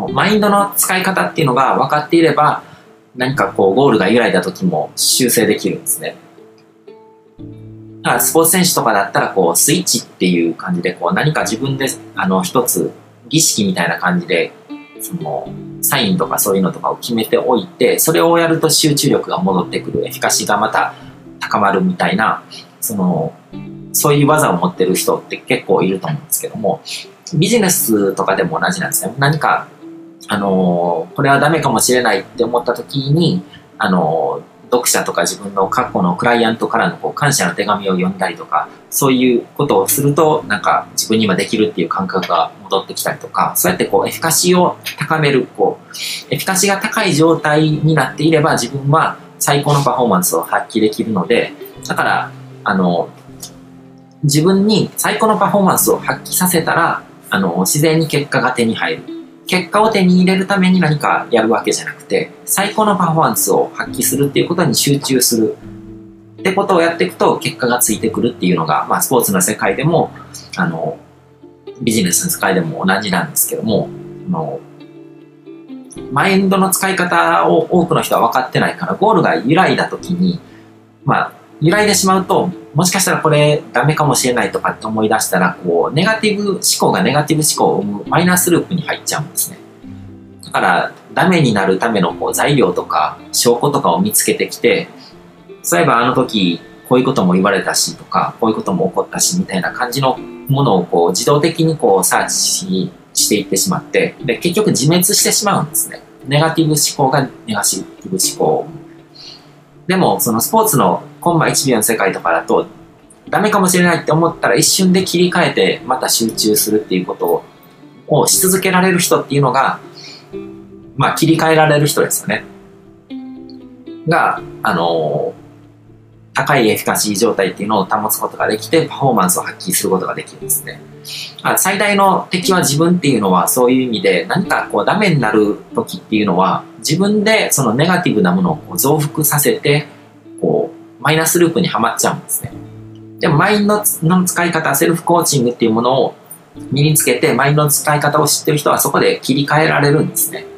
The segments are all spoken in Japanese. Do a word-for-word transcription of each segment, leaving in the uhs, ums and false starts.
マインドの使い方っていうのが分かっていれば、何かこうゴールが揺らいだ時も修正できるんですね。だからスポーツ選手とかだったらこうスイッチっていう感じでこう何か自分であの一つ儀式みたいな感じでそのサインとかそういうのとかを決めておいて、それをやると集中力が戻ってくる、エフィカシーがまた高まるみたいな、そのそういう技を持ってる人って結構いると思うんですけども、ビジネスとかでも同じなんですね。何かあのこれはダメかもしれないって思った時に、あの読者とか自分の過去のクライアントからのこう感謝の手紙を読んだりとか、そういうことをするとなんか自分に今できるっていう感覚が戻ってきたりとか、そうやってこうエフィカシーを高める、こうエフィカシーが高い状態になっていれば自分は最高のパフォーマンスを発揮できるので、だからあの自分に最高のパフォーマンスを発揮させたら、あの自然に結果が手に入る。結果を手に入れるために何かやるわけじゃなくて、最高のパフォーマンスを発揮するっていうことに集中するってことをやっていくと結果がついてくるっていうのが、まあ、スポーツの世界でもあのビジネスの世界でも同じなんですけども、あのマインドの使い方を多くの人は分かってないから、ゴールが揺らいだ時に、まあ揺らいでしまうと、もしかしたらこれダメかもしれないとかって思い出したら、こうネガティブ思考がネガティブ思考を生むマイナスループに入っちゃうんですね。だからダメになるためのこう材料とか証拠とかを見つけてきて、そういえばあの時こういうことも言われたしとか、こういうことも起こったしみたいな感じのものをこう自動的にこうサーチししていってしまって、で結局自滅してしまうんですね。ネガティブ思考がネガティブ思考を生む。でもそのスポーツのコンマいちびょうの世界とかだと、ダメかもしれないって思ったら一瞬で切り替えてまた集中するっていうことをし続けられる人っていうのが、まあ切り替えられる人ですよね。が、あのー、高いエフィカシー状態っていうのを保つことができて、パフォーマンスを発揮することができるんですね。最大の敵は自分っていうのはそういう意味で、何かこうダメになる時っていうのは、自分でそのネガティブなものをこう増幅させて、こうマイナスループにはまっちゃうんですね。でもマインドの使い方、セルフコーチングっていうものを身につけて、マインドの使い方を知ってる人はそこで切り替えられるんですね。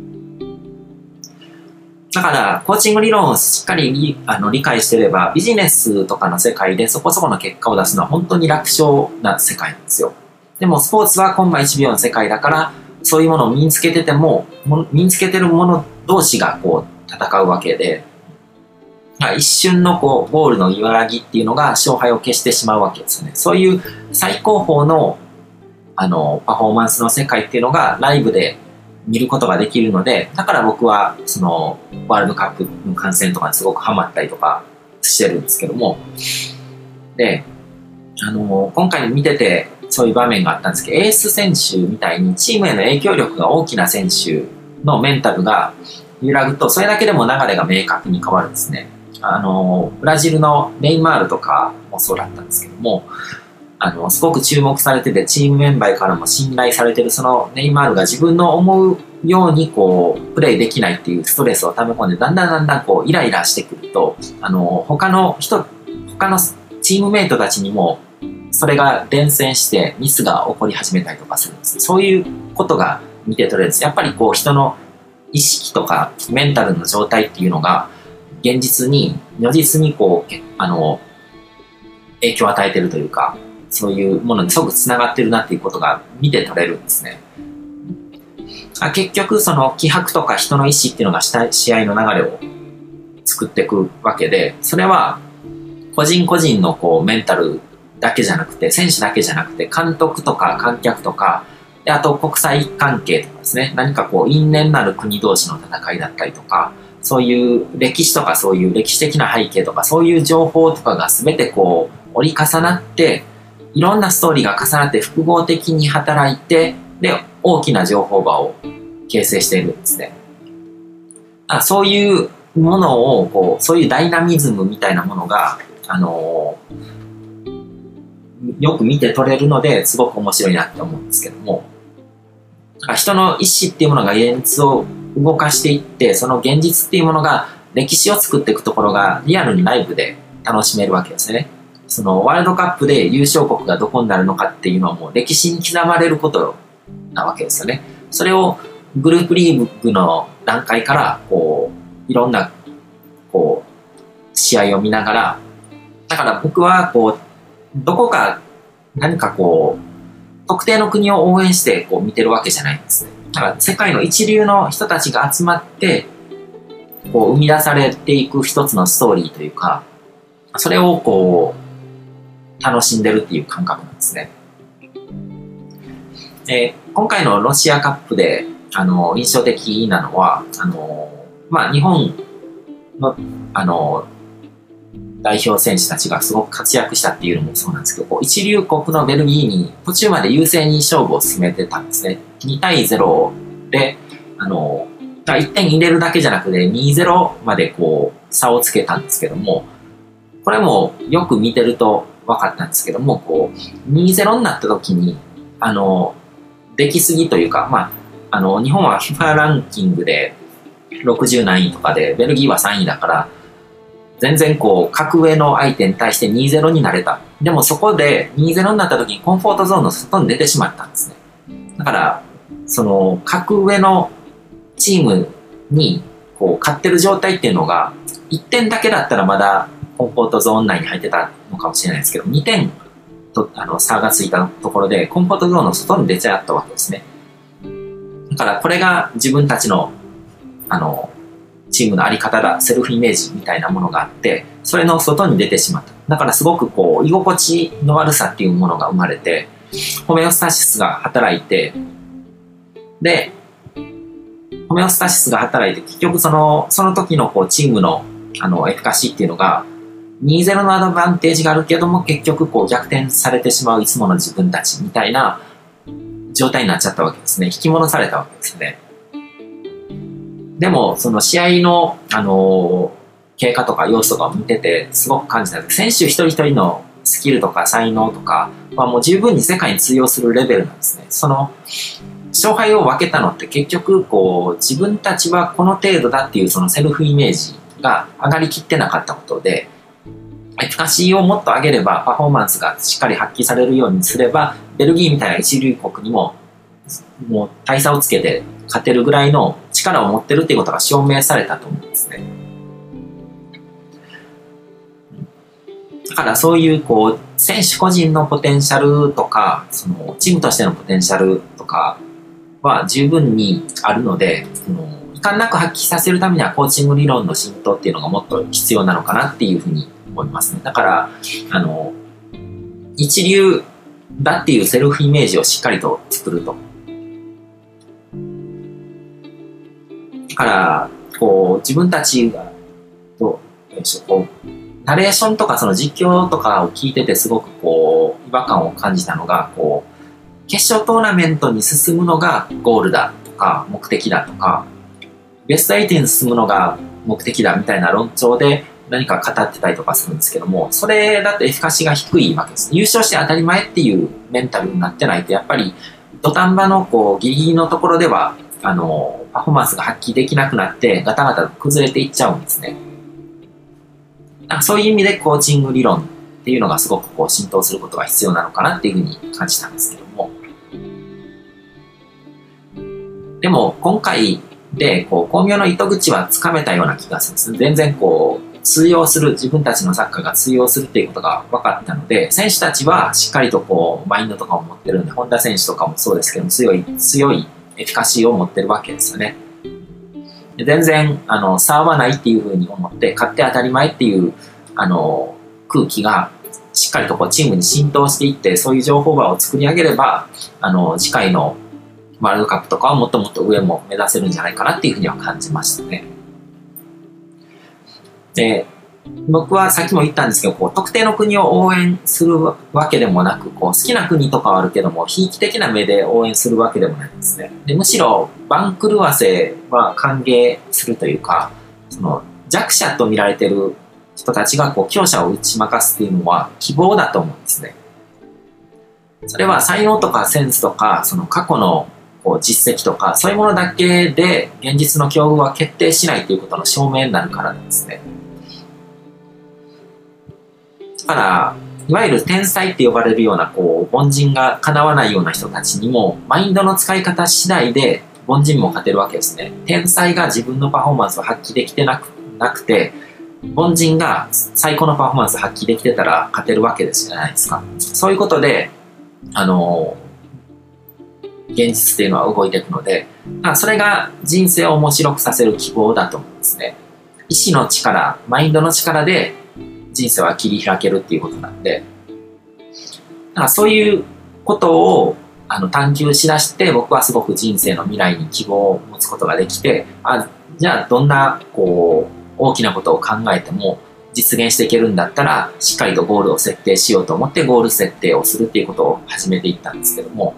だからコーチング理論をしっかり理あの理解していれば、ビジネスとかの世界でそこそこの結果を出すのは本当に楽勝な世界なんですよ。でもスポーツはコンマいちびょうの世界だから、そういうものを身につけてても、身につけてるもの同士がこう戦うわけで、一瞬のこうゴールの揺らぎっていうのが勝敗を消してしまうわけですよね。そういう最高峰のあのパフォーマンスの世界っていうのがライブで見ることができるので、だから僕はそのワールドカップの観戦とかにすごくハマったりとかしてるんですけども、で、あの今回見ててそういう場面があったんですけど、エース選手みたいにチームへの影響力が大きな選手のメンタルが揺らぐと、それだけでも流れが明確に変わるんですね。あのブラジルのネイマールとかもそうだったんですけども、あのすごく注目されてて、チームメンバーからも信頼されてるそのネイマールが自分の思うようにこうプレーできないっていうストレスを溜め込んで、だんだんだんだんこうイライラしてくると、あの他の人他のチームメイトたちにもそれが伝染してミスが起こり始めたりとかするんです。そういうことが見て取れるんです。やっぱりこう人の意識とかメンタルの状態っていうのが現実に如実にこうあの影響を与えてるというか、そういうものにすごくつながってるなっていうことが見て取れるんですね。結局その気迫とか人の意志っていうのが試合の流れを作っていくわけで、それは個人個人のこうメンタルだけじゃなくて、選手だけじゃなくて、監督とか観客とか、であと国際関係とかですね、何かこう因縁のある国同士の戦いだったりとか、そういう歴史とかそういう歴史的な背景とかそういう情報とかが全てこう折り重なって、いろんなストーリーが重なって複合的に働いて、で大きな情報場を形成しているんですね。あ、そういうものをこう、そういうダイナミズムみたいなものが、あのー、よく見て取れるのですごく面白いなって思うんですけども、人の意志っていうものが現実を動かしていって、その現実っていうものが歴史を作っていくところがリアルにライブで楽しめるわけですね。そのワールドカップで優勝国がどこになるのかっていうのはもう歴史に刻まれることなわけですよね。それをグループリーグの段階から、こう、いろんな、こう、試合を見ながら、だから僕は、こう、どこか、何かこう、特定の国を応援して、こう、見てるわけじゃないんですね。だから、世界の一流の人たちが集まって、こう、生み出されていく一つのストーリーというか、それを、こう、楽しんでるっていう感覚なんですね。で、今回のロシアカップで、あの、印象的なのは、あの、まあ、日本の、あの、代表選手たちがすごく活躍したっていうのもそうなんですけど、こう一流国のベルギーに途中まで優勢に勝負を進めてたんですね。にたいゼロで、あの、いってん入れるだけじゃなくてにたいゼロまでこう差をつけたんですけども、これもよく見てると分かったんですけども、こうにたいゼロになった時に、あの、出来すぎというか、まあ、あの、日本は フィファ ランキングでろくじゅう何位とかで、ベルギーはさんいだから、全然こう、格上の相手に対してにたいゼロになれた。でもそこでにたいゼロになった時にコンフォートゾーンの外に出てしまったんですね。だから、その、格上のチームにこう勝ってる状態っていうのが、いってんだけだったらまだコンフォートゾーン内に入ってたのかもしれないですけど、にてんとあの差がついたところで、コンフォートゾーンの外に出ちゃったわけですね。だからこれが自分たちの、あの、チームのあり方だ、セルフイメージみたいなものがあって、それの外に出てしまった。だからすごくこう、居心地の悪さっていうものが生まれて、ホメオスタシスが働いて、で、ホメオスタシスが働いて、結局その、その時のこう、チームの、あの、エフィカシーっていうのが、にたいゼロのアドバンテージがあるけども、結局こう、逆転されてしまういつもの自分たちみたいな状態になっちゃったわけですね。引き戻されたわけですね。でも、その試合の、あのー、経過とか要素とかを見てて、すごく感じたんですけど、選手一人一人のスキルとか才能とかはもう十分に世界に通用するレベルなんですね。その、勝敗を分けたのって結局、こう、自分たちはこの程度だっていうそのセルフイメージが上がりきってなかったことで、エフィカシーをもっと上げれば、パフォーマンスがしっかり発揮されるようにすれば、ベルギーみたいな一流国にも、もう大差をつけて勝てるぐらいの力を持ってるっていうことが証明されたと思うんですね。だからそういうこう選手個人のポテンシャルとか、そのチームとしてのポテンシャルとかは十分にあるので、その遺憾なく発揮させるためにはコーチング理論の浸透っていうのがもっと必要なのかなっていうふうに思いますね。だからあの一流だっていうセルフイメージをしっかりと作ると。だから、こう、自分たちが、どうでしょう、こう、ナレーションとかその実況とかを聞いててすごくこう、違和感を感じたのが、こう、決勝トーナメントに進むのがゴールだとか、目的だとか、ベストはちに進むのが目的だみたいな論調で何か語ってたりとかするんですけども、それだとエフィカシーが低いわけです。優勝して当たり前っていうメンタルになってないと、やっぱり土壇場のこう、ギリギリのところでは、あの、パフォーマンスが発揮できなくなってガタガタ崩れていっちゃうんですね。そういう意味でコーチング理論っていうのがすごくこう浸透することが必要なのかなっていうふうに感じたんですけども。でも今回でこう巧妙の糸口はつかめたような気がするんです。全然こう通用する、自分たちのサッカーが通用するっていうことが分かったので、選手たちはしっかりとこうマインドとかを持ってるんで、本田選手とかもそうですけど強い、強いエフィカシーを持ってるわけですよね。全然あの差はないっていうふうに思って勝って当たり前っていうあの空気がしっかりとこうチームに浸透していって、そういう情報場を作り上げれば、あの次回のワールドカップとかはもっともっと上も目指せるんじゃないかなっていうふうには感じましたね。で、僕はさっきも言ったんですけど、こう特定の国を応援するわけでもなく、こう好きな国とかはあるけども、ひいき的な目で応援するわけでもないんですね。でむしろ番狂わせは歓迎するというか、その弱者と見られている人たちがこう強者を打ち負かすっていうのは希望だと思うんですね。それは才能とかセンスとか、その過去のこう実績とか、そういうものだけで現実の境遇は決定しないということの証明になるからなんですね。だから、いわゆる天才って呼ばれるようなこう凡人が叶わないような人たちにもマインドの使い方次第で凡人も勝てるわけですね。天才が自分のパフォーマンスを発揮できてなく、なくて、凡人が最高のパフォーマンスを発揮できてたら勝てるわけですじゃないですか。そういうことで、あの、現実っていうのは動いていくので、それが人生を面白くさせる希望だと思うんですね。意志の力、マインドの力で人生は切り開けるっていうことなんで、だからそういうことをあの探求しだして、僕はすごく人生の未来に希望を持つことができて、あ、じゃあどんなこう大きなことを考えても実現していけるんだったら、しっかりとゴールを設定しようと思ってゴール設定をするっていうことを始めていったんですけども、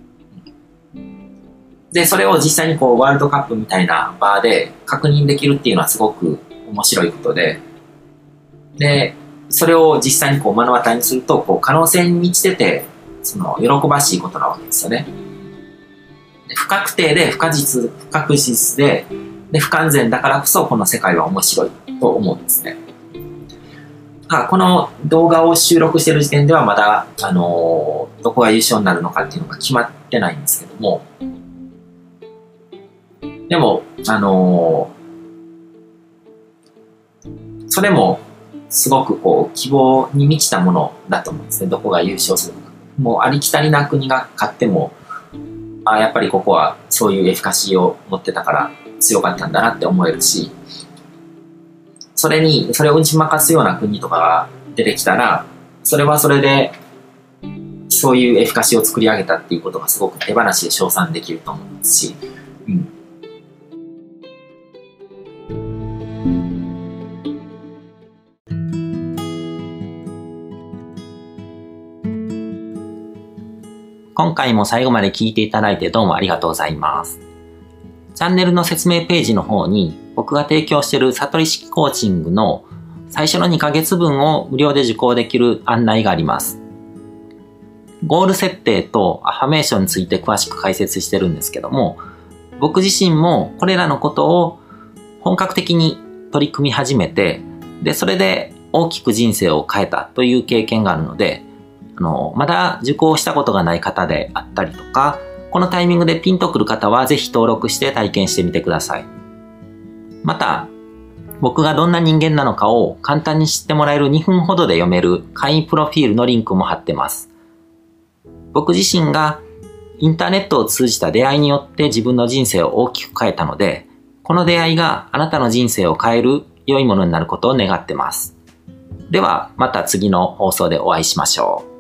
で、それを実際にこうワールドカップみたいな場で確認できるっていうのはすごく面白いことで、で、それを実際にこう目の当たりにすると、こう可能性に満ちてて、その喜ばしいことなわけですよね。で、不確定で不可実、不確実で、で、不完全だからこそこの世界は面白いと思うんですね。だからこの動画を収録している時点ではまだ、あのー、どこが優勝になるのかっていうのが決まってないんですけども、でも、あのー、それもすごくこう希望に満ちたものだと思うんですね。どこが優勝するのか。もうありきたりな国が勝っても、あ、やっぱりここはそういうエフィカシーを持ってたから強かったんだなって思えるし、それに、それを打ち負かすような国とかが出てきたら、それはそれで、そういうエフィカシーを作り上げたっていうことがすごく手放しで称賛できると思いますし、うん。 今回も最後まで聞いていただいてどうもありがとうございます。チャンネルの説明ページの方に僕が提供している悟り式コーチングの最初のにかげつぶんを無料で受講できる案内があります。ゴール設定とアファメーションについて詳しく解説してるんですけども、僕自身もこれらのことを本格的に取り組み始めて、で、それで大きく人生を変えたという経験があるので、あの、まだ受講したことがない方であったりとか、このタイミングでピンとくる方はぜひ登録して体験してみてください。また、僕がどんな人間なのかを簡単に知ってもらえるにふんほどで読める会員プロフィールのリンクも貼ってます。僕自身がインターネットを通じた出会いによって自分の人生を大きく変えたので、この出会いがあなたの人生を変える良いものになることを願ってます。では、また次の放送でお会いしましょう。